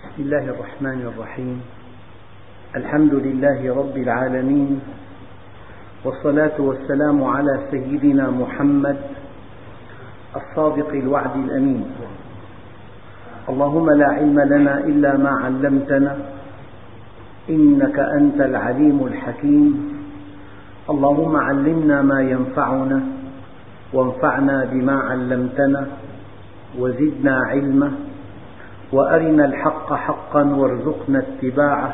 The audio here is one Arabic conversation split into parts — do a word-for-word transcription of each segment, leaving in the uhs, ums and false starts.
بسم الله الرحمن الرحيم. الحمد لله رب العالمين، والصلاة والسلام على سيدنا محمد الصادق الوعد الأمين. اللهم لا علم لنا إلا ما علمتنا إنك أنت العليم الحكيم. اللهم علمنا ما ينفعنا وانفعنا بما علمتنا وزدنا علما، وأرنا الحق حقا وارزقنا اتباعه،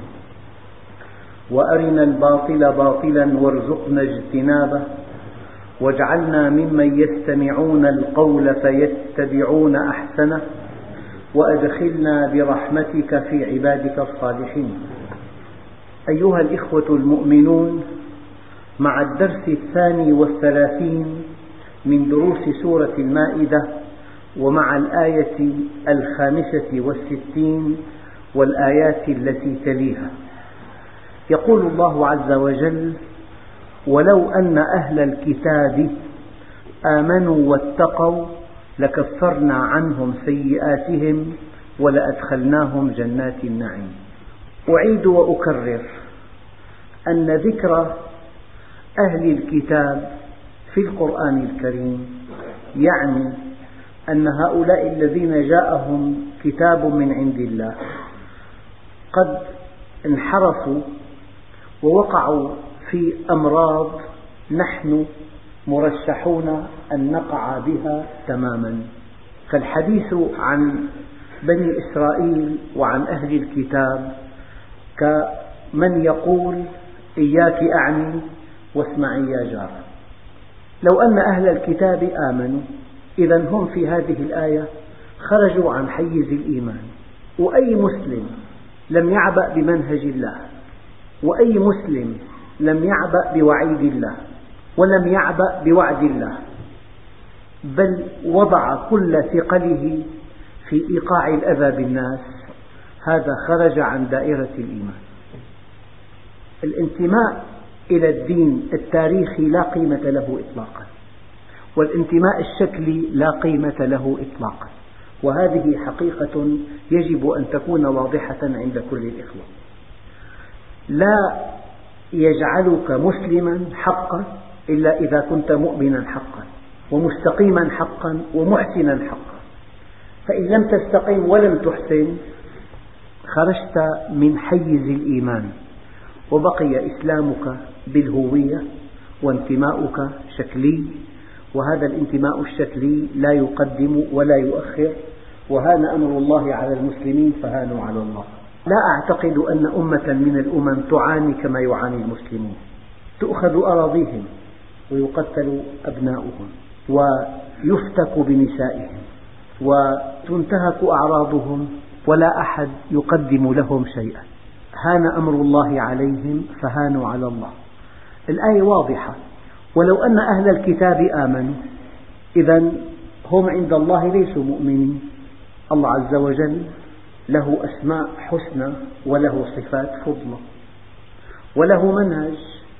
وأرنا الباطل باطلا وارزقنا اجتنابه، واجعلنا ممن يستمعون القول فيتبعون أحسنه، وأدخلنا برحمتك في عبادك الصالحين. أيها الإخوة المؤمنون، مع الدرس الثاني والثلاثين من دروس سورة المائدة، ومع الآية الخامسة والستين والآيات التي تليها، يقول الله عز وجل: ولو أن أهل الكتاب آمنوا واتقوا لكفرنا عنهم سيئاتهم ولأدخلناهم جنات النعيم. أعيد وأكرر أن ذكر أهل الكتاب في القرآن الكريم يعني أن هؤلاء الذين جاءهم كتاب من عند الله قد انحرفوا ووقعوا في أمراض نحن مرشحون أن نقع بها تماما. فالحديث عن بني إسرائيل وعن أهل الكتاب كمن يقول: إياك أعني واسمعي يا جار. لو أن أهل الكتاب آمنوا، إذن هم في هذه الآية خرجوا عن حيز الإيمان. وأي مسلم لم يعبأ بمنهج الله، وأي مسلم لم يعبأ بوعيد الله، ولم يعبأ بوعد الله، بل وضع كل ثقله في إيقاع الأذى بالناس، هذا خرج عن دائرة الإيمان. الانتماء إلى الدين التاريخي لا قيمة له إطلاقا، والانتماء الشكلي لا قيمة له إطلاقا، وهذه حقيقة يجب أن تكون واضحة عند كل الإخوة. لا يجعلك مسلما حقا إلا إذا كنت مؤمنا حقا ومستقيما حقا ومحسنا حقا، فإن لم تستقم ولم تحسن خرجت من حيز الإيمان، وبقي إسلامك بالهوية وانتماؤك شكلي، وهذا الانتماء الشكلي لا يقدم ولا يؤخر. وهان أمر الله على المسلمين فهانوا على الله. لا أعتقد أن أمة من الأمم تعاني كما يعاني المسلمون. تؤخذ أراضيهم ويقتل أبناؤهم ويفتك بنسائهم وتنتهك أعراضهم ولا أحد يقدم لهم شيئا. هان أمر الله عليهم فهانوا على الله. الآية واضحة: ولو أن أهل الكتاب آمنوا، إذن هم عند الله ليسوا مؤمنين. الله عز وجل له أسماء حسنى وله صفات فضلى وله منهج،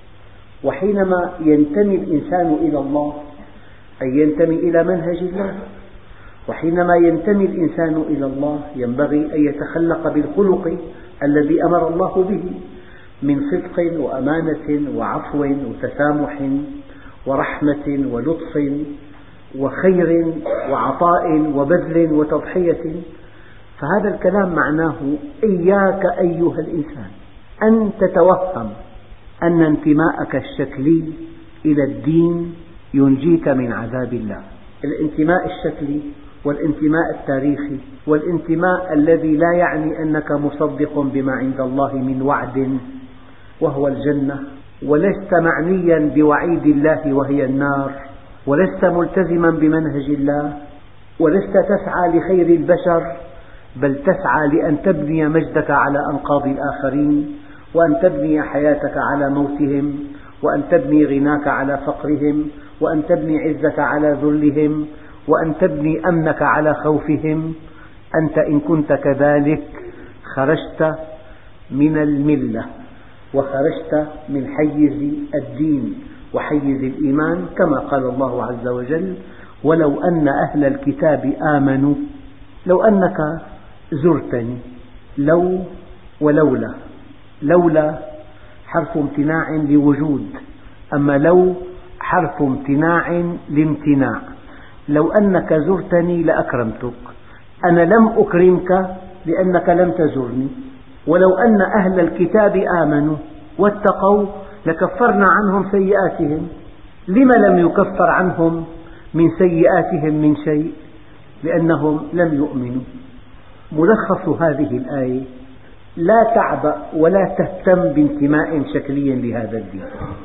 وحينما ينتمي الإنسان إلى الله أي ينتمي إلى منهج الله، وحينما ينتمي الإنسان إلى الله ينبغي أن يتخلق بالخلق الذي أمر الله به من صدق وأمانة وعفو وتسامح ورحمة ولطف وخير وعطاء وبذل وتضحية. فهذا الكلام معناه: إياك أيها الإنسان أن تتوهم أن انتماءك الشكلي إلى الدين ينجيك من عذاب الله. الانتماء الشكلي والانتماء التاريخي والانتماء الذي لا يعني أنك مصدق بما عند الله من وعد وهو الجنة، ولست معنيا بوعيد الله وهي النار، ولست ملتزما بمنهج الله، ولست تسعى لخير البشر، بل تسعى لأن تبني مجدك على أنقاض الآخرين، وأن تبني حياتك على موتهم، وأن تبني غناك على فقرهم، وأن تبني عزك على ذلهم، وأن تبني أمنك على خوفهم. أنت إن كنت كذلك خرجت من الملة وخرجت من حيز الدين وحيز الإيمان، كما قال الله عز وجل: ولو أن أهل الكتاب آمنوا. لو أنك زرتني لو ولولا. لولا حرف امتناع لوجود، أما لو حرف امتناع لامتناع. لو أنك زرتني لأكرمتك، أنا لم أكرمك لأنك لم تزرني. ولو أن أهل الكتاب آمنوا واتقوا لكفرنا عنهم سيئاتهم. لم لم يكفر عنهم من سيئاتهم من شيء؟ لأنهم لم يؤمنوا. ملخص هذه الآية: لا تعبأ ولا تهتم بانتماء شكلي لهذا الدين.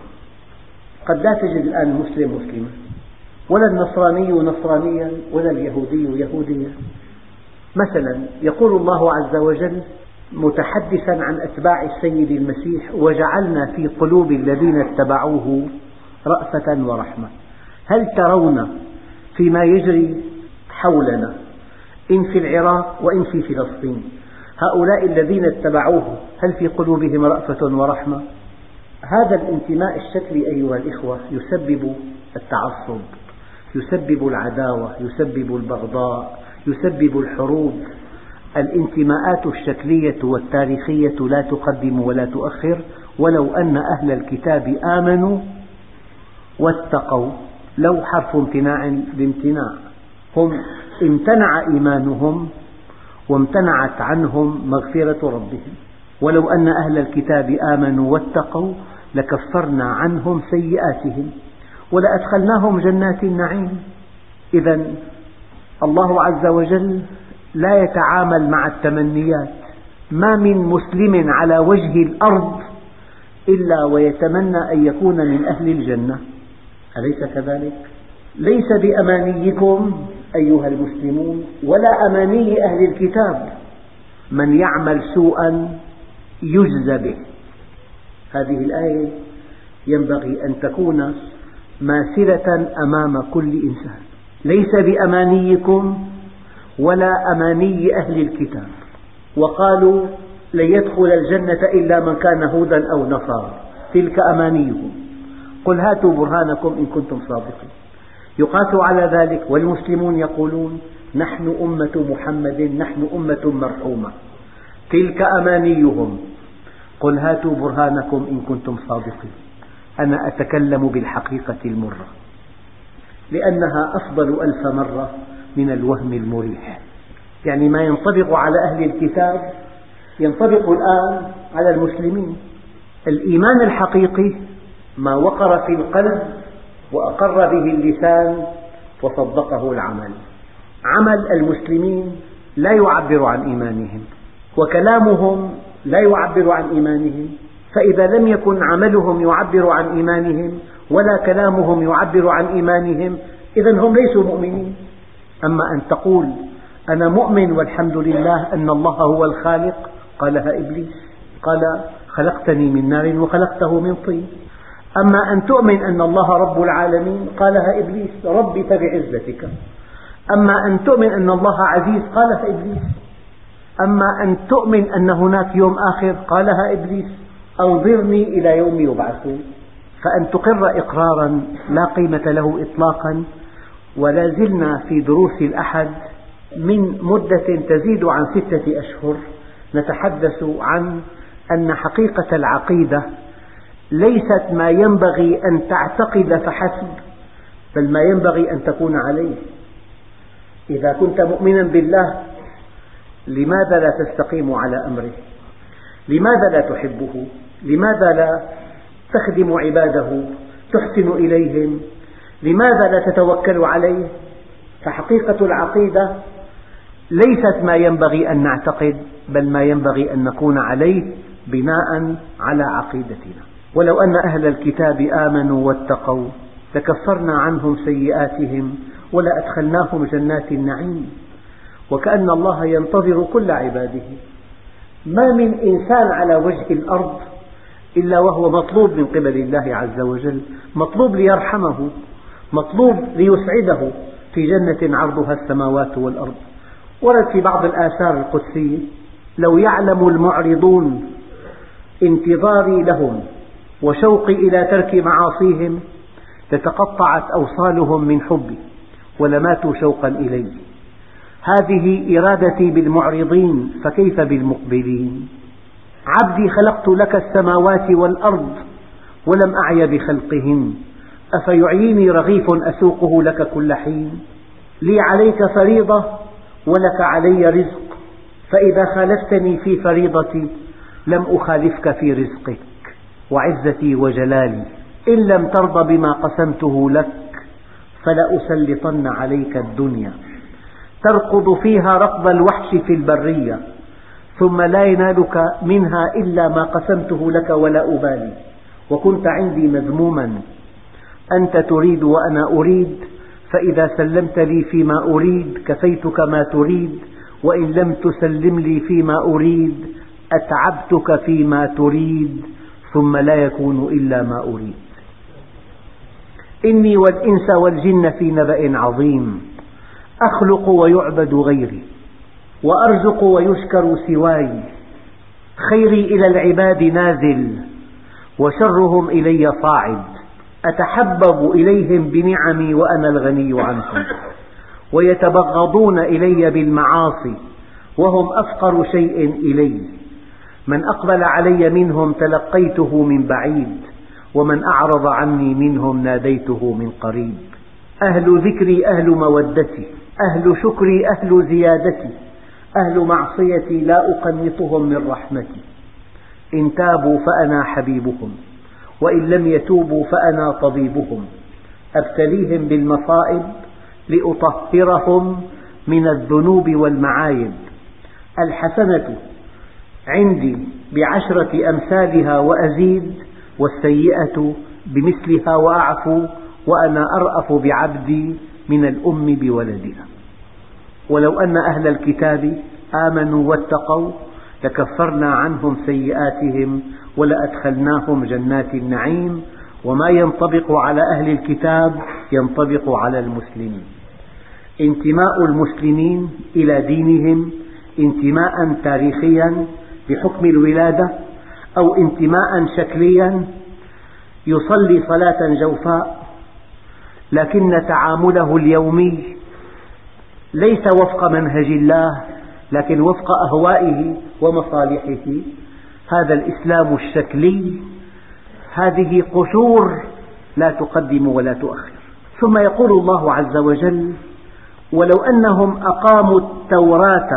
قد لا تجد الآن المسلم مسلما، ولا النصراني نصرانيا، ولا اليهودي يهوديا. مثلا يقول الله عز وجل متحدثا عن أتباع السيد المسيح: وجعلنا في قلوب الذين اتبعوه رأفة ورحمة. هل ترون فيما يجري حولنا إن في العراق وإن في فلسطين هؤلاء الذين اتبعوه هل في قلوبهم رأفة ورحمة؟ هذا الانتماء الشكلي أيها الإخوة يسبب التعصب، يسبب العداوة، يسبب البغضاء، يسبب الحروب. الانتماءات الشكلية والتاريخية لا تقدم ولا تؤخر. ولو أن أهل الكتاب آمنوا واتقوا، لو حرف امتناع لامتناع، هم امتنع إيمانهم وامتنعت عنهم مغفرة ربهم. ولو أن أهل الكتاب آمنوا واتقوا لكفرنا عنهم سيئاتهم ولأدخلناهم جنات النعيم. إذا الله عز وجل لا يتعامل مع التمنيات. ما من مسلم على وجه الأرض إلا ويتمنى أن يكون من أهل الجنة، أليس كذلك؟ ليس بأمانيكم أيها المسلمون ولا أماني أهل الكتاب من يعمل سوءا يجزى به. هذه الآية ينبغي أن تكون ماثلة أمام كل إنسان. ليس بأمانيكم ولا أماني أهل الكتاب. وقالوا لن يدخل الجنة إلا من كان هودا أو نصارى، تلك أمانيهم، قل هاتوا برهانكم إن كنتم صادقين. يقاس على ذلك والمسلمون يقولون نحن أمة محمد، نحن أمة مرحومة، تلك أمانيهم، قل هاتوا برهانكم إن كنتم صادقين. أنا أتكلم بالحقيقة المرة، لأنها أفضل ألف مرة من الوهم المريح. يعني ما ينطبق على أهل الكتاب ينطبق الآن على المسلمين. الإيمان الحقيقي ما وقر في القلب وأقر به اللسان وصدقه العمل. عمل المسلمين لا يعبر عن إيمانهم، وكلامهم لا يعبر عن إيمانهم. فإذا لم يكن عملهم يعبر عن إيمانهم ولا كلامهم يعبر عن إيمانهم، إذن هم ليسوا مؤمنين. أما أن تقول أنا مؤمن والحمد لله أن الله هو الخالق، قالها إبليس، قال خلقتني من نار وخلقته من طين. أما أن تؤمن أن الله رب العالمين، قالها إبليس، ربي فبعزتك. أما أن تؤمن أن الله عزيز، قالها إبليس. أما أن تؤمن أن هناك يوم آخر، قالها إبليس، أنظرني إلى يوم يبعثون. فأن تقر إقرارا لا قيمة له إطلاقا. ولا زلنا في دروس الأحد من مدة تزيد عن ستة أشهر نتحدث عن أن حقيقة العقيدة ليست ما ينبغي أن تعتقد فحسب، بل ما ينبغي أن تكون عليه. إذا كنت مؤمنا بالله لماذا لا تستقيم على أمره؟ لماذا لا تحبه؟ لماذا لا تخدم عباده، تحسن إليهم؟ لماذا لا تتوكل عليه؟ فحقيقة العقيدة ليست ما ينبغي أن نعتقد، بل ما ينبغي أن نكون عليه بناء على عقيدتنا. ولو أن أهل الكتاب آمنوا واتقوا لكفرنا عنهم سيئاتهم ولأدخلناهم جنات النعيم. وكأن الله ينتظر كل عباده. ما من إنسان على وجه الأرض إلا وهو مطلوب من قبل الله عز وجل، مطلوب ليرحمه، مطلوب ليسعده في جنة عرضها السماوات والأرض. ورد في بعض الآثار القدسية: لو يعلم المعرضون انتظاري لهم وشوقي إلى ترك معاصيهم لتقطعت أوصالهم من حبي ولماتوا شوقا إلي. هذه إرادتي بالمعرضين فكيف بالمقبلين؟ عبدي خلقت لك السماوات والأرض ولم أعي بخلقهن أفيعيني رغيف أسوقه لك كل حين؟ لي عليك فريضة ولك علي رزق، فإذا خالفتني في فريضتي لم أخالفك في رزقك، وعزتي وجلالي إن لم ترض بما قسمته لك فلأسلطن عليك الدنيا تركض فيها ركض الوحش في البرية ثم لا ينالك منها إلا ما قسمته لك ولا أبالي، وكنت عندي مذموما، أنت تريد وأنا أريد، فإذا سلمت لي فيما أريد كفيتك ما تريد، وإن لم تسلم لي فيما أريد أتعبتك فيما تريد ثم لا يكون إلا ما أريد. إني والإنس والجن في نبأ عظيم، أخلق ويعبد غيري وأرزق ويشكر سواي، خيري إلى العباد نازل وشرهم إلي صاعد، أتحبب إليهم بنعمي وأنا الغني عنهم، ويتبغضون إلي بالمعاصي وهم أفقر شيء إلي، من أقبل علي منهم تلقيته من بعيد، ومن أعرض عني منهم ناديته من قريب. أهل ذكري أهل مودتي، أهل شكري أهل زيادتي، أهل معصيتي لا أقنطهم من رحمتي، إن تابوا فأنا حبيبهم وإن لم يتوبوا فأنا طبيبهم، أبتليهم بالمصائب لأطهرهم من الذنوب والمعايب، الحسنة عندي بعشرة أمثالها وأزيد، والسيئة بمثلها وأعفو، وأنا أرأف بعبدي من الأم بولدها. ولو أن أهل الكتاب آمنوا واتقوا لكفرنا عنهم سيئاتهم ولأدخلناهم جنات النعيم، وما ينطبق على أهل الكتاب ينطبق على المسلمين. انتماء المسلمين إلى دينهم انتماء تاريخيا بحكم الولادة، أو انتماء شكليا يصلي صلاة جوفاء لكن تعامله اليومي ليس وفق منهج الله لكن وفق أهوائه ومصالحه، هذا الإسلام الشكلي، هذه قشور لا تقدم ولا تؤخر. ثم يقول الله عز وجل: ولو أنهم أقاموا التوراة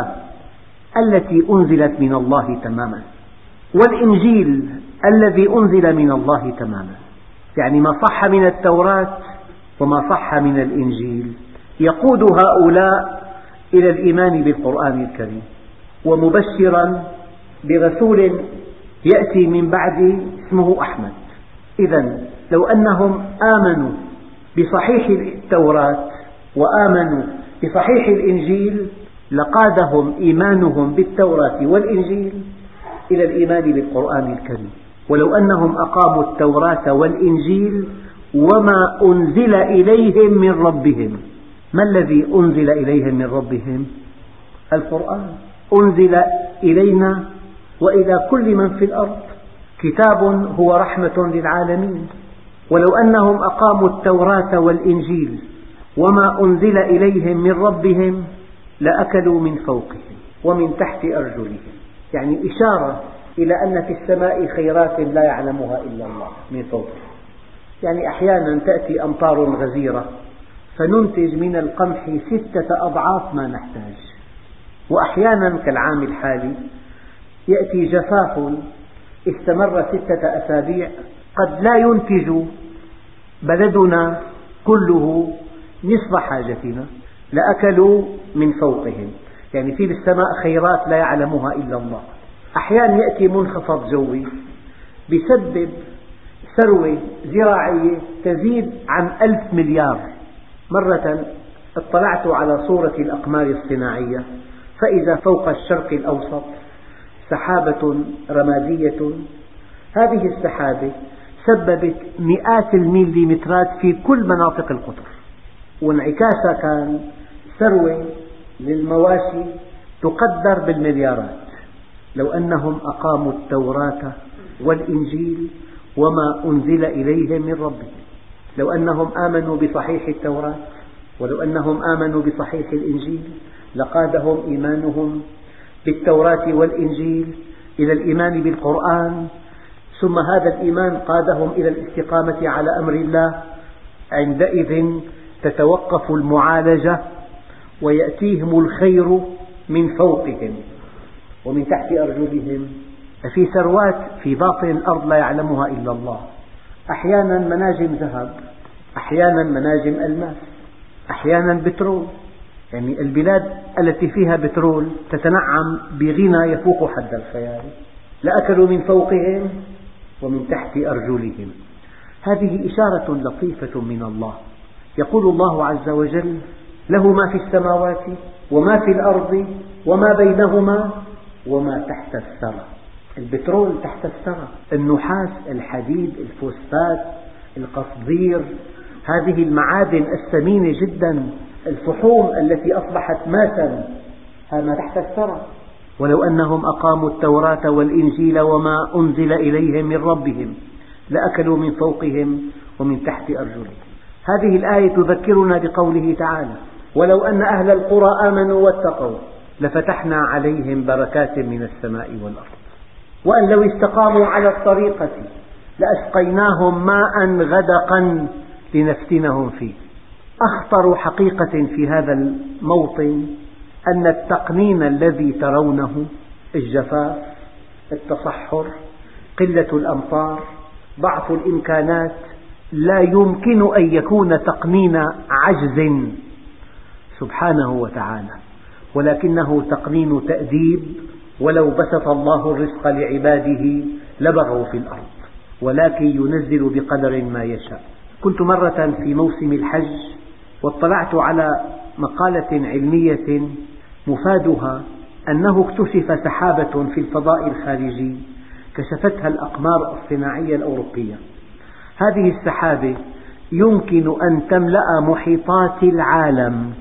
التي أنزلت من الله تماما والإنجيل الذي أنزل من الله تماما، يعني ما صح من التوراة وما صح من الإنجيل، يقود هؤلاء إلى الإيمان بالقرآن الكريم، ومبشرا برسول يأتي من بعده اسمه أحمد. إذن لو أنهم آمنوا بصحيح التوراة وآمنوا بصحيح الإنجيل لقادهم إيمانهم بالتوراة والإنجيل إلى الإيمان بالقرآن الكريم. ولو أنهم أقاموا التوراة والإنجيل وما أنزل إليهم من ربهم. ما الذي أنزل إليهم من ربهم؟ القرآن أنزل إلينا وإلى كل من في الأرض، كتاب هو رحمة للعالمين. ولو أنهم أقاموا التوراة والإنجيل وما أنزل إليهم من ربهم لأكلوا من فوقهم ومن تحت أرجلهم، يعني إشارة إلى أن في السماء خيرات لا يعلمها إلا الله من فوقهم. يعني أحيانا تأتي أمطار غزيرة فننتج من القمح ستة أضعاف ما نحتاج، وأحيانا كالعام الحالي يأتي جفاف استمر ستة أسابيع قد لا ينتج بلدنا كله نصف حاجتنا، لأكلوا من فوقهم، يعني في بالسماء خيرات لا يعلمها إلا الله. أحيانا يأتي منخفض جوي بسبب ثروة زراعية تزيد عن ألف مليار. مرة اطلعت على صورة الأقمار الصناعية فإذا فوق الشرق الأوسط سحابة رمادية، هذه السحابة سببت مئات المليمترات في كل مناطق القطر، وانعكاسها كان ثروة للمواشي تقدر بالمليارات. لو أنهم أقاموا التوراة والإنجيل وما أنزل إليهم من ربهم، لو أنهم آمنوا بصحيح التوراة ولو أنهم آمنوا بصحيح الإنجيل لقادهم إيمانهم بالتوراة والإنجيل إلى الإيمان بالقرآن، ثم هذا الإيمان قادهم إلى الاستقامة على أمر الله. عندئذ تتوقف المعالجة ويأتيهم الخير من فوقهم ومن تحت أرجلهم. في ثروات في باطن الأرض لا يعلمها إلا الله، أحيانا مناجم ذهب، أحيانا مناجم ألماس، أحيانا بترول. يعني البلاد التي فيها بترول تتنعم بغنى يفوق حد الخيال. لأكلوا من فوقهم ومن تحت أرجلهم. هذه إشارة لطيفة من الله. يقول الله عز وجل: له ما في السماوات وما في الأرض وما بينهما وما تحت الثرى. البترول تحت الثرى، النحاس، الحديد، الفوسفات، القصدير، هذه المعادن الثمينة جدا، الفحوم التي أصبحت ماسا، هذا تحت الثرى. ولو أنهم أقاموا التوراة والإنجيل وما أنزل إليهم من ربهم لأكلوا من فوقهم ومن تحت أرجلهم. هذه الآية تذكرنا بقوله تعالى: ولو أن أهل القرى آمنوا واتقوا لفتحنا عليهم بركات من السماء والأرض وأن لو استقاموا على الطريقة لأسقيناهم ماء غدقا لنفتنهم فيه. أخطر حقيقة في هذا الموطن أن التقنين الذي ترونه، الجفاف، التصحر، قلة الأمطار، ضعف الإمكانات، لا يمكن أن يكون تقنين عجز سبحانه وتعالى، ولكنه تقنين تأديب. ولو بسط الله الرزق لعباده لبغوا في الأرض ولكن ينزل بقدر ما يشاء. كنت مرة في موسم الحج واطلعت على مقالة علمية مفادها أنه اكتشف سحابة في الفضاء الخارجي كشفتها الأقمار الصناعية الأوروبية. هذه السحابة يمكن أن تملأ محيطات العالم،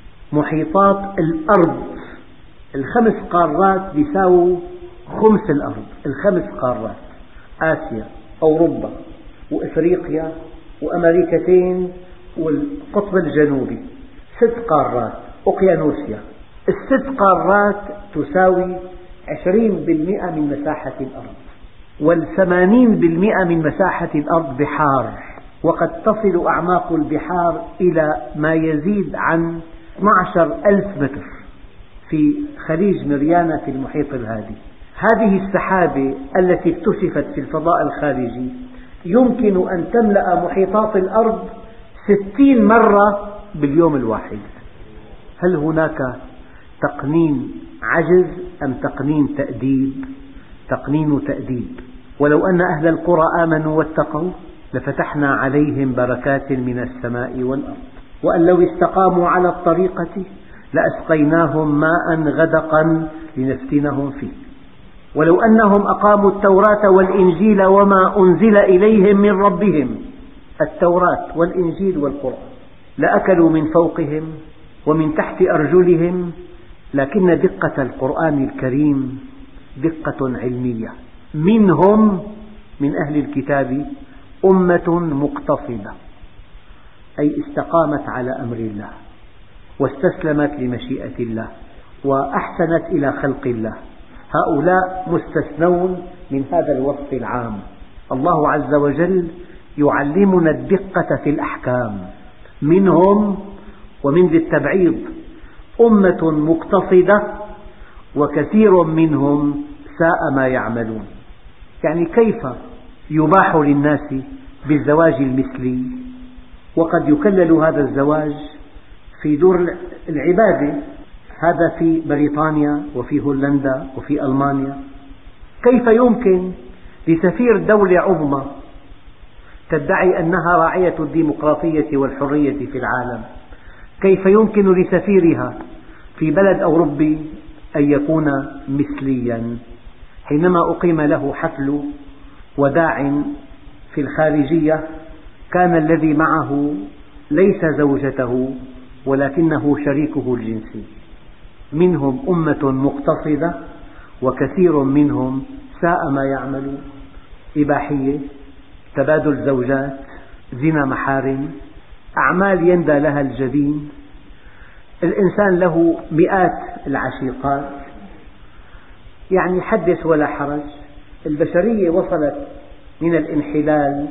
محيطات الأرض. الخمس قارات يساووا خمس الأرض، الخمس قارات: آسيا، أوروبا، وإفريقيا، وأمريكتين، والقطب الجنوبي. ست قارات، أوقيانوسيا. الست قارات تساوي عشرين بالمئة من مساحة الأرض، والثمانين بالمئة من مساحة الأرض بحار، وقد تصل أعماق البحار إلى ما يزيد عن اثني عشر ألف متر في خليج مريانا في المحيط الهادي. هذه السحابة التي اكتشفت في الفضاء الخارجي يمكن أن تملأ محيطات الأرض ستين مرة باليوم الواحد. هل هناك تقنين عجز أم تقنين تأديب؟ تقنين تأديب. ولو أن أهل القرى آمنوا واتقوا لفتحنا عليهم بركات من السماء والأرض وأن لو استقاموا على الطريقة لأسقيناهم ماء غدقا لنفتنهم فيه. ولو أنهم أقاموا التوراة والإنجيل وما أنزل إليهم من ربهم، التوراة والإنجيل والقرآن، لأكلوا من فوقهم ومن تحت أرجلهم. لكن دقة القرآن الكريم دقة علمية. منهم، من أهل الكتاب، أمة مقتصدة، أي استقامت على أمر الله واستسلمت لمشيئة الله وأحسنت إلى خلق الله. هؤلاء مستثنون من هذا الوصف العام. الله عز وجل يعلمنا الدقة في الأحكام. منهم، ومن ذي التبعيض، أمة مقتصدة وكثير منهم ساء ما يعملون. يعني كيف يباح للناس بالزواج المثلي وقد يكلل هذا الزواج في دور العبادة؟ هذا في بريطانيا وفي هولندا وفي ألمانيا. كيف يمكن لسفير دولة عظمى تدعي أنها راعية الديمقراطية والحرية في العالم، كيف يمكن لسفيرها في بلد أوروبي أن يكون مثليا؟ حينما أقيم له حفل وداع في الخارجية كان الذي معه ليس زوجته ولكنه شريكه الجنسي. منهم أمة مقتصدة وكثير منهم ساء ما يعملون. إباحية، تبادل زوجات، زنا محارم، أعمال يندى لها الجبين. الإنسان له مئات العشيقات، يعني حدث ولا حرج. البشرية وصلت من الانحلال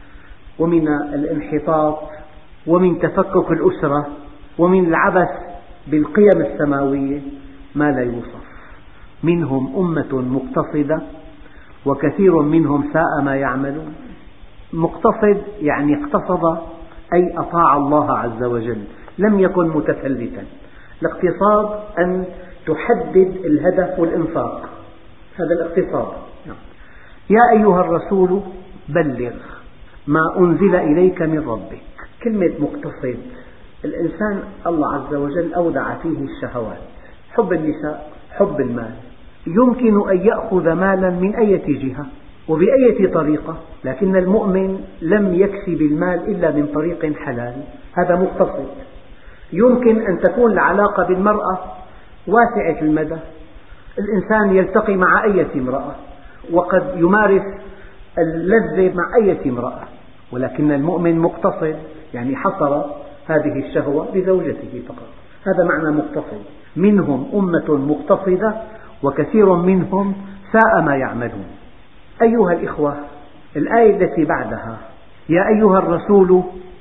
ومن الانحطاط ومن تفكك الأسرة ومن العبث بالقيم السماوية ما لا يوصف. منهم أمة مقتصدة وكثير منهم ساء ما يعملون. مقتصد يعني اقتصد أي أطاع الله عز وجل، لم يكن متفلتا. الاقتصاد أن تحدد الهدف والإنفاق، هذا الاقتصاد. يا أيها الرسول بلغ ما أنزل إليك من ربك. كلمة مقتصد، الإنسان الله عز وجل أودع فيه الشهوات، حب النساء، حب المال، يمكن أن يأخذ مالا من أي جهة وبأية طريقة، لكن المؤمن لم يكسب المال إلا من طريق حلال، هذا مقتصد. يمكن أن تكون العلاقة بالمرأة واسعة المدى، الإنسان يلتقي مع أي امرأة وقد يمارس اللذة مع أي امرأة، ولكن المؤمن مقتصد، يعني حصر هذه الشهوة بزوجته فقط، هذا معنى مقتصد. منهم أمة مقتصدة وكثير منهم ساء ما يعملون. أيها الإخوة، الآية التي بعدها يا أيها الرسول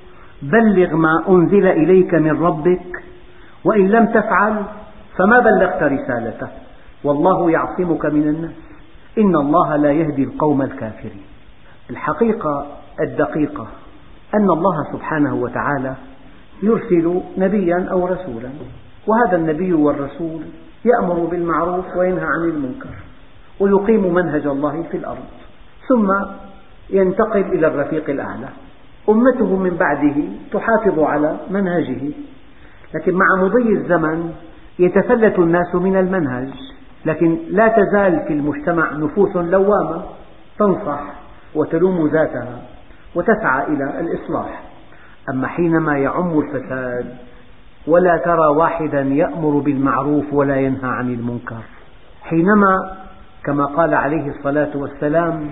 بلغ ما أنزل إليك من ربك وإن لم تفعل فما بلغت رسالته والله يعصمك من الناس إن الله لا يهدي القوم الكافرين. الحقيقة الدقيقة أن الله سبحانه وتعالى يرسل نبيا أو رسولا، وهذا النبي والرسول يأمر بالمعروف وينهى عن المنكر ويقيم منهج الله في الأرض، ثم ينتقل إلى الرفيق الأعلى. أمته من بعده تحافظ على منهجه، لكن مع مضي الزمن يتفلت الناس من المنهج، لكن لا تزال في المجتمع نفوس لوامة تنصح وتلوم ذاتها وتسعى إلى الإصلاح. أما حينما يعم الفساد ولا ترى واحدا يأمر بالمعروف ولا ينهى عن المنكر، حينما كما قال عليه الصلاة والسلام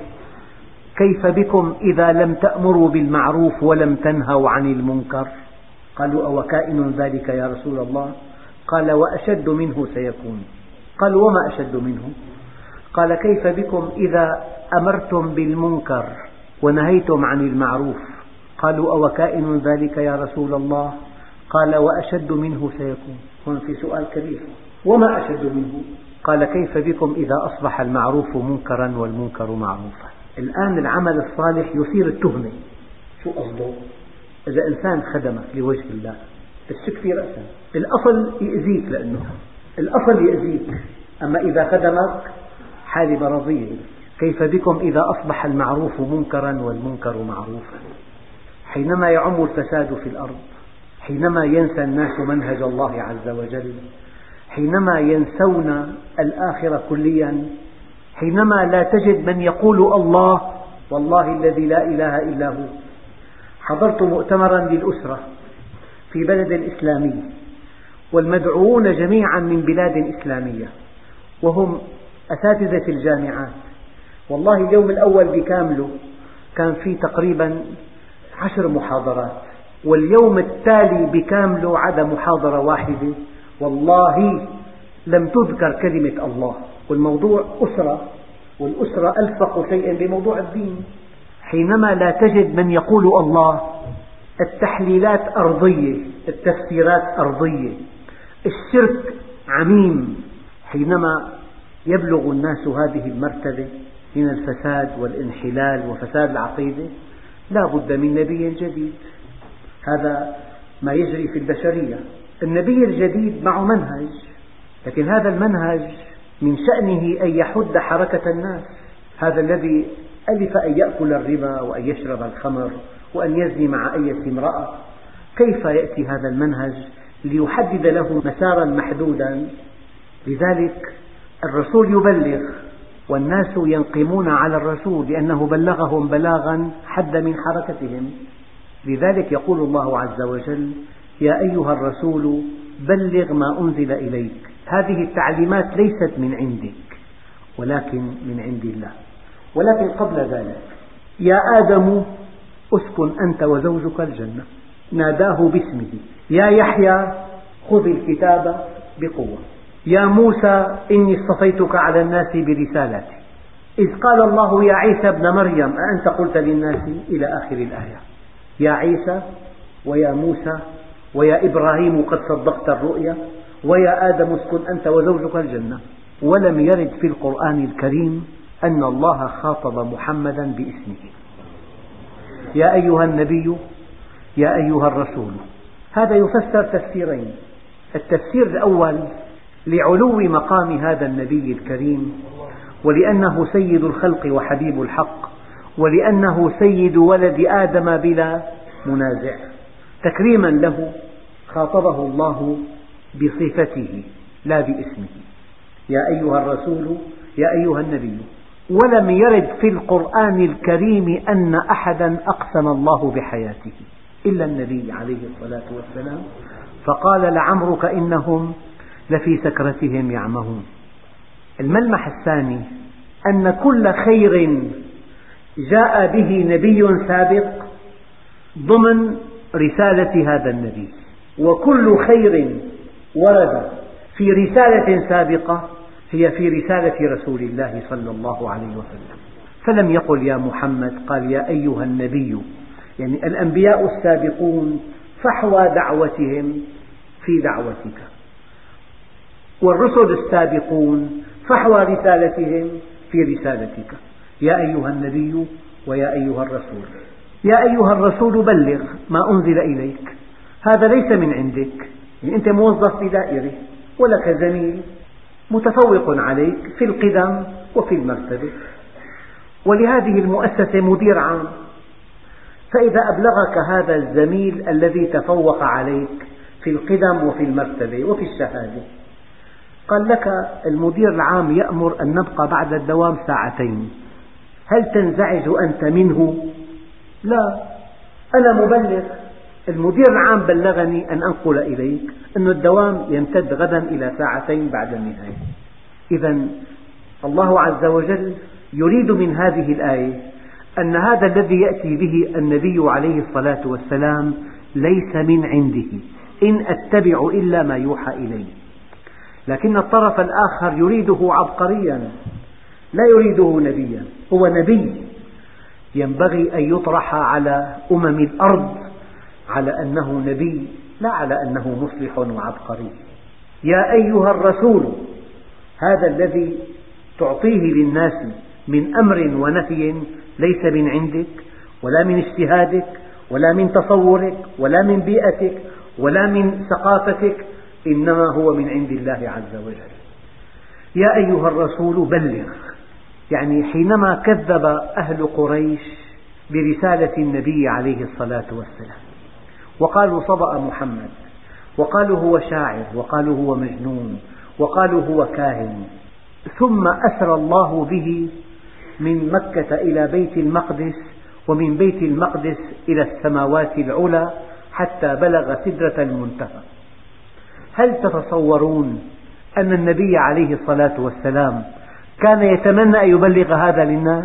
كيف بكم إذا لم تأمروا بالمعروف ولم تنهوا عن المنكر؟ قالوا أو كائن ذلك يا رسول الله؟ قال وأشد منه سيكون. قالوا وما أشد منه؟ قال كيف بكم إذا أمرتم بالمنكر ونهيتم عن المعروف؟ قالوا أو كائن ذلك يا رسول الله؟ قال وأشد منه سيكون. هنا في سؤال كبير، وما أشد منه؟ قال كيف بكم إذا أصبح المعروف منكرا والمنكر معروفا؟ الآن العمل الصالح يثير التهمة. شو قصده؟ إذا إنسان خدمك لوجه الله الشك في رأسا، الأصل يأذيك، لأنه الأصل يأذيك، أما إذا خدمك حالة مرضية. كيف بكم إذا أصبح المعروف منكرا والمنكر معروفا؟ حينما يعم الفساد في الأرض، حينما ينسى الناس منهج الله عز وجل، حينما ينسون الآخرة كليا، حينما لا تجد من يقول الله والله الذي لا إله إلا هو. حضرت مؤتمرا للأسرة في بلد إسلامي، والمدعوون جميعا من بلاد إسلامية وهم أساتذة الجامعات. والله اليوم الأول بكامله كان في تقريبا عشر محاضرات، واليوم التالي بكامله عدا محاضرة واحدة والله لم تذكر كلمة الله، والموضوع أسرة، والأسرة ألفق شيء بموضوع الدين. حينما لا تجد من يقول الله، التحليلات أرضية، التفسيرات أرضية، الشرك عميم. حينما يبلغ الناس هذه المرتبة من الفساد والانحلال وفساد العقيدة لا بد من نبي جديد. هذا ما يجري في البشرية. النبي الجديد معه منهج، لكن هذا المنهج من شأنه أن يحد حركة الناس. هذا الذي ألف أن يأكل الربا وأن يشرب الخمر وأن يزني مع أي امرأة، كيف يأتي هذا المنهج ليحدد له مسارا محدودا؟ لذلك الرسول يبلغ والناس ينقمون على الرسول لأنه بلغهم بلاغا حد من حركتهم. لذلك يقول الله عز وجل يا أيها الرسول بلغ ما أنزل إليك. هذه التعليمات ليست من عندك ولكن من عند الله. ولكن قبل ذلك يا آدم اسكن أنت وزوجك الجنة، ناداه باسمه. يا يحيى خذ الكتاب بقوة. يا موسى إني اصطفيتك على الناس برسالتي، إذ قال الله يا عيسى ابن مريم أأنت قلت للناس إلى آخر الآية. يا عيسى ويا موسى ويا إبراهيم قد صدقت الرؤيا ويا آدم اسكن أنت وزوجك الجنة. ولم يرد في القرآن الكريم أن الله خاطب محمدا باسمه. يا أيها النبي يا أيها الرسول، هذا يفسر تفسيرين. التفسير الأول لعلو مقام هذا النبي الكريم، ولأنه سيد الخلق وحبيب الحق، ولأنه سيد ولد آدم بلا منازع، تكريما له خاطبه الله بصفته لا باسمه. يا أيها الرسول يا أيها النبي. ولم يرد في القرآن الكريم أن أحدا أقسم الله بحياته إلا النبي عليه الصلاة والسلام، فقال لعمرك إنهم لفي سكرتهم يعمهون. الملمح الثاني أن كل خير جاء به نبي سابق ضمن رسالة هذا النبي، وكل خير ورد في رسالة سابقة هي في رسالة رسول الله صلى الله عليه وسلم. فلم يقل يا محمد، قال يا أيها النبي، يعني الأنبياء السابقون فحوى دعوتهم في دعوتك، والرسل السابقون فحوى رسالتهم في رسالتك. يا أيها النبي ويا أيها الرسول. يا أيها الرسول بلغ ما أنزل إليك، هذا ليس من عندك، يعني أنت موظف بدائرة ولك زميل متفوق عليك في القدم وفي المرتبة، ولهذه المؤسسة مدير عام، فإذا أبلغك هذا الزميل الذي تفوق عليك في القدم وفي المرتبة وفي الشهادة، قال لك المدير العام يأمر أن نبقى بعد الدوام ساعتين، هل تنزعج أنت منه؟ لا، أنا مبلغ، المدير العام بلغني أن أنقل إليك أن الدوام يمتد غدا إلى ساعتين بعد النهاية. إذا الله عز وجل يريد من هذه الآية أن هذا الذي يأتي به النبي عليه الصلاة والسلام ليس من عنده، إن أتبع إلا ما يوحى إلي. لكن الطرف الآخر يريده عبقريا، لا يريده نبيا، هو نبي ينبغي أن يطرح على أمم الأرض على أنه نبي، لا على أنه مصلح وعبقري. يا أيها الرسول، هذا الذي تعطيه للناس من أمر ونهي ليس من عندك ولا من اجتهادك ولا من تصورك ولا من بيئتك ولا من ثقافتك، إنما هو من عند الله عز وجل. يا أيها الرسول بلغ، يعني حينما كذب أهل قريش برسالة النبي عليه الصلاة والسلام وقالوا صبأ محمد، وقالوا هو شاعر، وقالوا هو مجنون، وقالوا هو كاهن، ثم أسرى الله به من مكة إلى بيت المقدس، ومن بيت المقدس إلى السماوات العلى حتى بلغ سدرة المنتهى. هل تتصورون أن النبي عليه الصلاة والسلام كان يتمنى أن يبلغ هذا للناس؟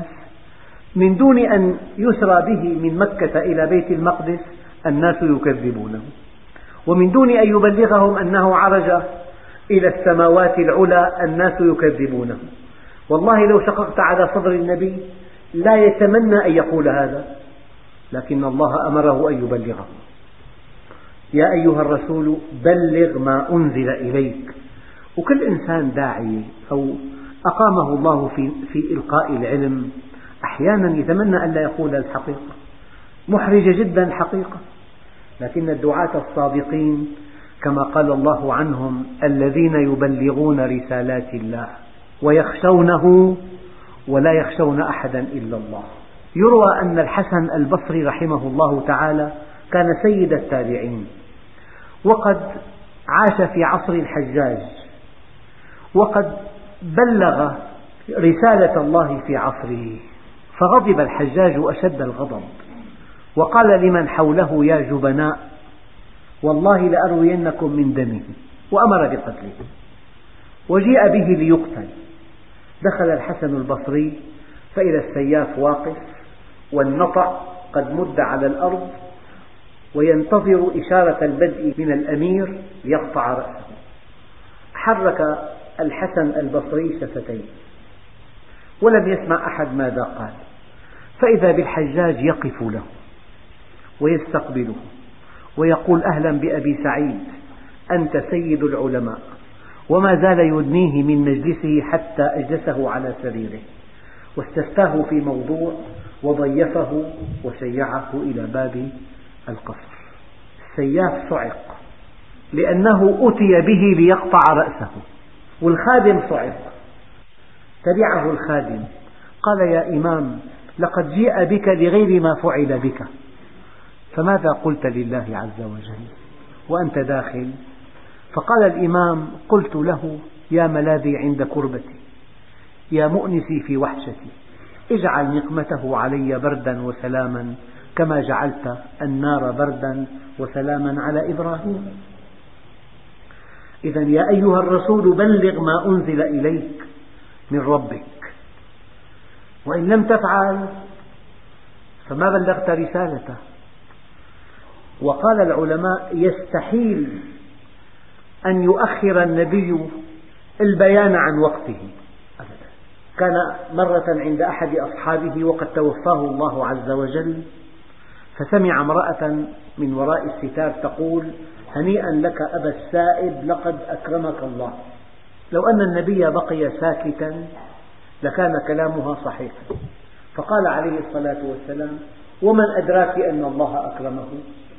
من دون أن يسرى به من مكة إلى بيت المقدس الناس يكذبونه، ومن دون أن يبلغهم أنه عرج إلى السماوات العلى الناس يكذبونه. والله لو شققت على صدر النبي لا يتمنى أن يقول هذا، لكن الله أمره أن يبلغه. يا أيها الرسول بلغ ما أنزل إليك. وكل إنسان داعية أو أقامه الله في, في إلقاء العلم أحيانا يتمنى أن لا يقول الحقيقة، محرجة جدا الحقيقة، لكن الدعاة الصادقين كما قال الله عنهم الذين يبلغون رسالات الله ويخشونه ولا يخشون أحدا إلا الله. يروى أن الحسن البصري رحمه الله تعالى كان سيد التابعين، وقد عاش في عصر الحجاج، وقد بلغ رسالة الله في عصره، فغضب الحجاج أشد الغضب وقال لمن حوله يا جبناء والله لأروينكم من دمه، وأمر بقتله، وجيء به ليقتل. دخل الحسن البصري فإذا السياف واقف والنطع قد مد على الأرض وينتظر إشارة البدء من الأمير ليقطع رأسه. حرك الحسن البصري شفتيه ولم يسمع أحد ماذا قال، فإذا بالحجاج يقف له ويستقبله ويقول: أهلا بأبي سعيد، أنت سيد العلماء. وما زال يدنيه من مجلسه حتى أجلسه على سريره، واستفتاه في موضوع وضيفه وشيعه إلى باب القصر. السياف صعق لأنه أتي به ليقطع رأسه، والخادم صعق. تبعه الخادم قال: يا إمام، لقد جيء بك لغير ما فعل بك، فماذا قلت لله عز وجل وأنت داخل؟ فقال الإمام: قلت له: يا ملاذي عند كربتي، يا مؤنسي في وحشتي، اجعل نقمته علي بردا وسلاما كما جعلت النار بردا وسلاما على إبراهيم. إذن يا أيها الرسول بلغ ما أنزل إليك من ربك، وإن لم تفعل فما بلغت رسالته. وقال العلماء: يستحيل أن يؤخر النبي البيان عن وقته أبدا. كان مرة عند أحد أصحابه وقد توفاه الله عز وجل، فسمع امرأة من وراء الستار تقول: هنيئا لك أبا السائب، لقد أكرمك الله. لو أن النبي بقي ساكتا لكان كلامها صحيحا. فقال عليه الصلاة والسلام: ومن أدراك أن الله أكرمه؟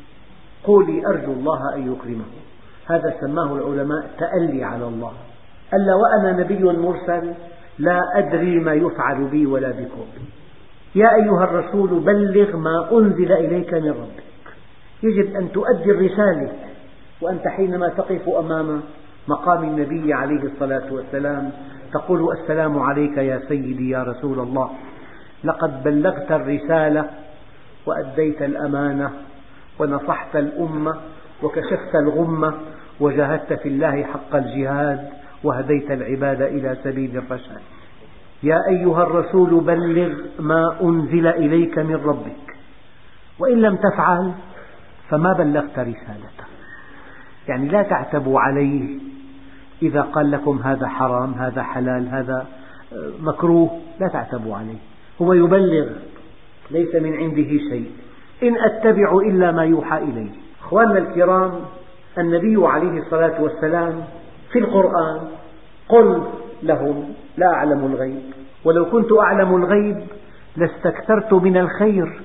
قولي أرجو الله أن يكرمه. هذا سماه العلماء تألي على الله. ألا وأنا نبي مرسل لا أدري ما يفعل بي ولا بكم. يا أيها الرسول بلغ ما أنزل إليك من ربك. يجب أن تؤدي الرسالة، وأنت حينما تقف أمام مقام النبي عليه الصلاة والسلام تقول: السلام عليك يا سيدي يا رسول الله، لقد بلغت الرسالة وأديت الأمانة ونصحت الأمة وكشفت الغمة وجاهدت في الله حق الجهاد وهديت العباد إلى سبيل الرشاد. يا أيها الرسول بلغ ما أنزل إليك من ربك، وإن لم تفعل فما بلغت رسالته. يعني لا تعتبوا عليه إذا قال لكم هذا حرام، هذا حلال، هذا مكروه، لا تعتبوا عليه. هو يبلغ، ليس من عنده شيء. إن أتبع إلا ما يوحى إلي. أخواننا الكرام، النبي عليه الصلاة والسلام في القرآن: قل لهم لا أعلم الغيب، ولو كنت أعلم الغيب لاستكثرت من الخير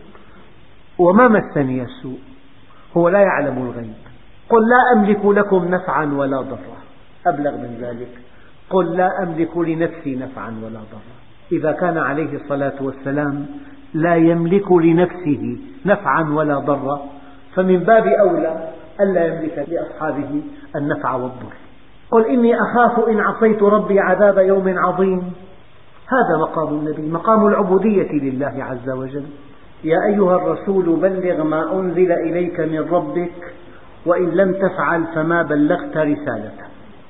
وما مسني السوء. هو لا يعلم الغيب. قل لا أملك لكم نفعا ولا ضرا. أبلغ من ذلك: قل لا أملك لنفسي نفعا ولا ضرا. إذا كان عليه الصلاة والسلام لا يملك لنفسه نفعا ولا ضرا، فمن باب أولى ألا يملك لأصحابه النفع والضر. قل إني أخاف إن عصيت ربي عذاب يوم عظيم. هذا مقام النبي، مقام العبودية لله عز وجل. يا أيها الرسول بلغ ما أنزل إليك من ربك، وإن لم تفعل فما بلغت رسالته،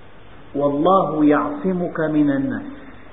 والله يعصمك من الناس.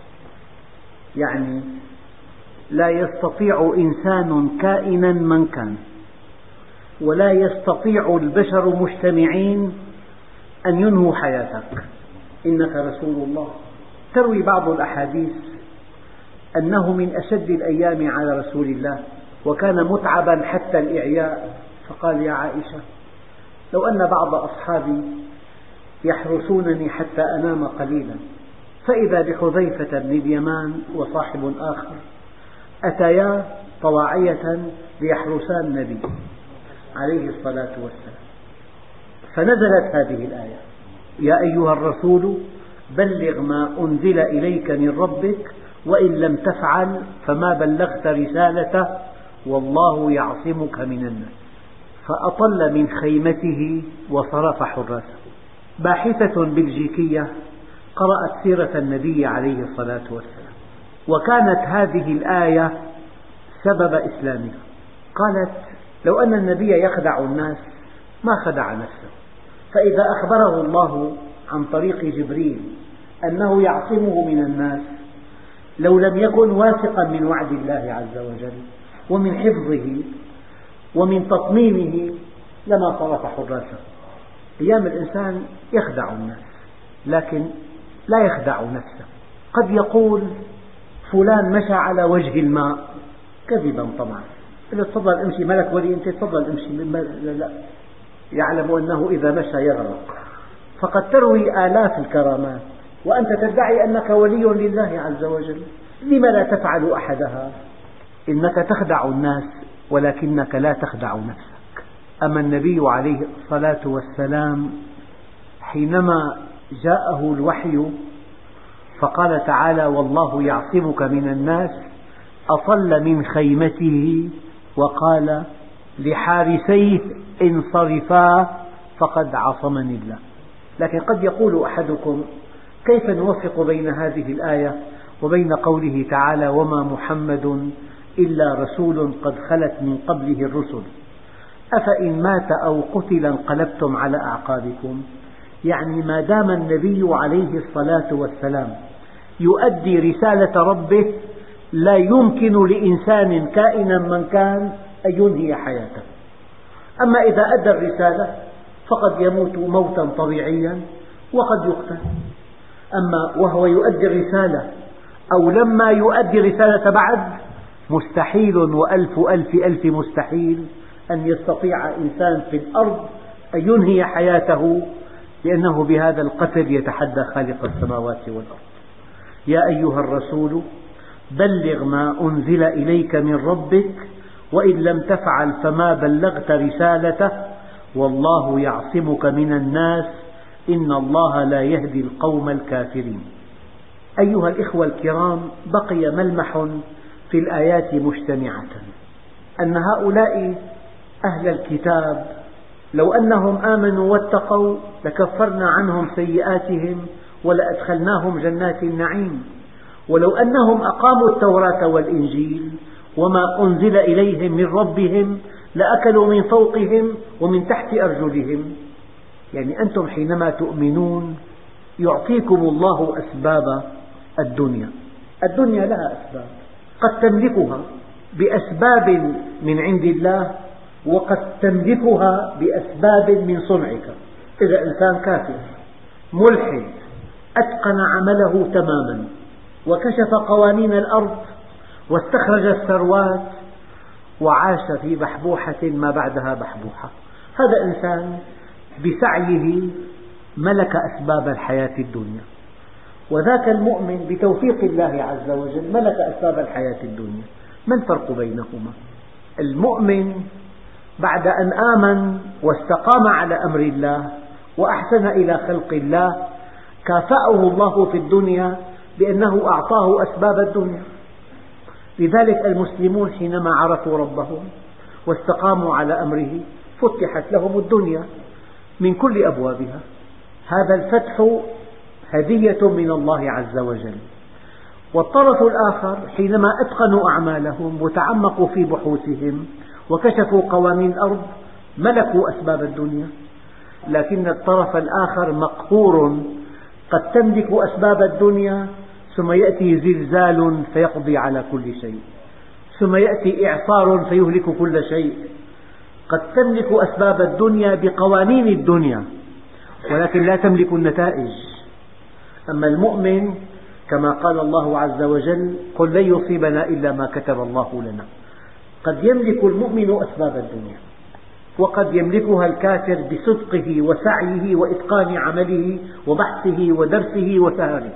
يعني لا يستطيع إنسان كائنا من كان، ولا يستطيع البشر مجتمعين أن ينهوا حياتك، إنك رسول الله. تروي بعض الأحاديث أنه من أشد الأيام على رسول الله، وكان متعبا حتى الإعياء، فقال: يا عائشة، لو أن بعض أصحابي يحرسونني حتى أنام قليلا. فإذا بحذيفة بن اليمان وصاحب آخر أتيا طواعية ليحرسا النبي عليه الصلاة والسلام، فنزلت هذه الآية: يا أيها الرسول بلغ ما أنزل إليك من ربك، وإن لم تفعل فما بلغت رسالته، والله يعصمك من الناس. فأطل من خيمته وصرف حراسه. باحثة بلجيكية قرأت سيرة النبي عليه الصلاة والسلام، وكانت هذه الآية سبب إسلامها. قالت: لو أن النبي يخدع الناس ما خدع نفسه، فإذا أخبره الله عن طريق جبريل أنه يعصمه من الناس، لو لم يكن واثقا من وعد الله عز وجل ومن حفظه ومن تطمينه لما صرف حراسه. أيام الإنسان يخدع الناس، لكن لا يخدع نفسه. قد يقول فلان مشى على وجه الماء كذبا طبعا، إذا تفضل امشي، ملك ولي أنت، تفضل امشي، لا, لا يعلم أنه إذا مشى يغرق. فقد تروي آلاف الكرامات وأنت تدعي أنك ولي لله عز وجل، لم لا تفعل أحدها؟ إنك تخدع الناس ولكنك لا تخدع نفسك. أما النبي عليه الصلاة والسلام حينما جاءه الوحي فقال تعالى: والله يعصمك من الناس، أطل من خيمته وقال لحارسيه انصرفا فقد عصمني الله. لكن قد يقول أحدكم: كيف نوفق بين هذه الآية وبين قوله تعالى: وما محمد إلا رسول قد خلت من قبله الرسل أفإن مات أو قتل انقلبتم على أعقابكم؟ يعني ما دام النبي عليه الصلاة والسلام يؤدي رسالة ربه لا يمكن لإنسان كائنا من كان أن ينهي حياته. أما إذا أدى الرسالة فقد يموت موتا طبيعيا وقد يقتل. أما وهو يؤدي الرسالة أو لما يؤدي الرسالة بعد، مستحيل وألف ألف ألف مستحيل أن يستطيع إنسان في الأرض أن ينهي حياته، لأنه بهذا القتل يتحدى خالق السماوات والأرض. يا أيها الرسول بلغ ما أنزل إليك من ربك وإن لم تفعل فما بلغت رسالته والله يعصمك من الناس إن الله لا يهدي القوم الكافرين. أيها الإخوة الكرام، بقي ملمح في الآيات مجتمعة، أن هؤلاء أهل الكتاب لو أنهم آمنوا واتقوا لكفرنا عنهم سيئاتهم ولأدخلناهم جنات النعيم، ولو أنهم أقاموا التوراة والإنجيل وما أنزل إليهم من ربهم لأكلوا من فوقهم ومن تحت أرجلهم. يعني أنتم حينما تؤمنون يعطيكم الله أسباب الدنيا. الدنيا لها أسباب، قد تملكها بأسباب من عند الله وقد تملكها بأسباب من صنعك. إذا إنسان كافر ملحد أتقن عمله تماما وكشف قوانين الأرض واستخرج الثروات وعاش في بحبوحة ما بعدها بحبوحة، هذا إنسان بسعيه ملك أسباب الحياة الدنيا، وذاك المؤمن بتوفيق الله عز وجل ملك أسباب الحياة الدنيا. ما الفرق بينهما؟ المؤمن بعد أن آمن واستقام على أمر الله وأحسن إلى خلق الله كافأه الله في الدنيا بأنه أعطاه أسباب الدنيا. لذلك المسلمون حينما عرفوا ربهم واستقاموا على أمره فتحت لهم الدنيا من كل أبوابها. هذا الفتح هدية من الله عز وجل. والطرف الآخر حينما أتقنوا أعمالهم وتعمقوا في بحوثهم وكشفوا قوانين الأرض ملكوا أسباب الدنيا، لكن الطرف الآخر مقهور، قد تملك أسباب الدنيا ثم يأتي زلزال فيقضي على كل شيء، ثم يأتي إعصار فيهلك كل شيء. قد تملك أسباب الدنيا بقوانين الدنيا ولكن لا تملك النتائج. أما المؤمن كما قال الله عز وجل: قل لن يصيبنا إلا ما كتب الله لنا. قد يملك المؤمن أسباب الدنيا وقد يملكها الكافر بصدقه وسعيه وإتقان عمله وبحثه ودرسه وسهره،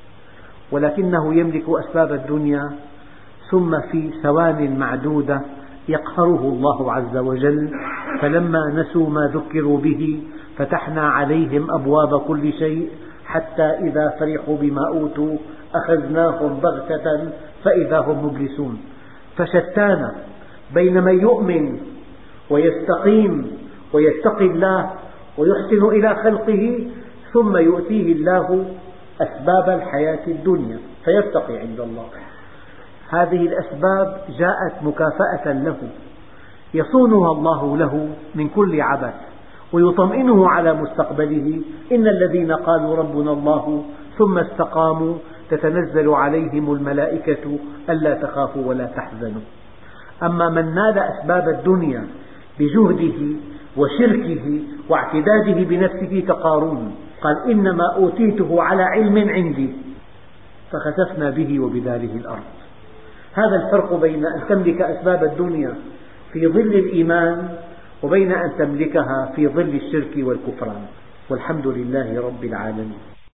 ولكنه يملك أسباب الدنيا ثم في ثوان معدودة يقهره الله عز وجل. فلما نسوا ما ذكروا به فتحنا عليهم أبواب كل شيء حتى إذا فرحوا بما أوتوا أخذناهم بغتة فإذا هم مبلسون. فشتان بين من يؤمن ويستقيم ويتقي الله ويحسن إلى خلقه ثم يؤتيه الله أسباب الحياة الدنيا فيرتقي عند الله. هذه الأسباب جاءت مكافأة له يصونها الله له من كل عبث ويطمئنه على مستقبله. إن الذين قالوا ربنا الله ثم استقاموا تتنزل عليهم الملائكة ألا تخافوا ولا تحزنوا. أما من نال أسباب الدنيا بجهده وشركه واعتداده بنفسه كقارون، قال إنما أوتيته على علم عندي فخسفنا به وبداره الأرض. هذا الفرق بين أن تملك أسباب الدنيا في ظل الإيمان وبين أن تملكها في ظل الشرك والكفران. والحمد لله رب العالمين.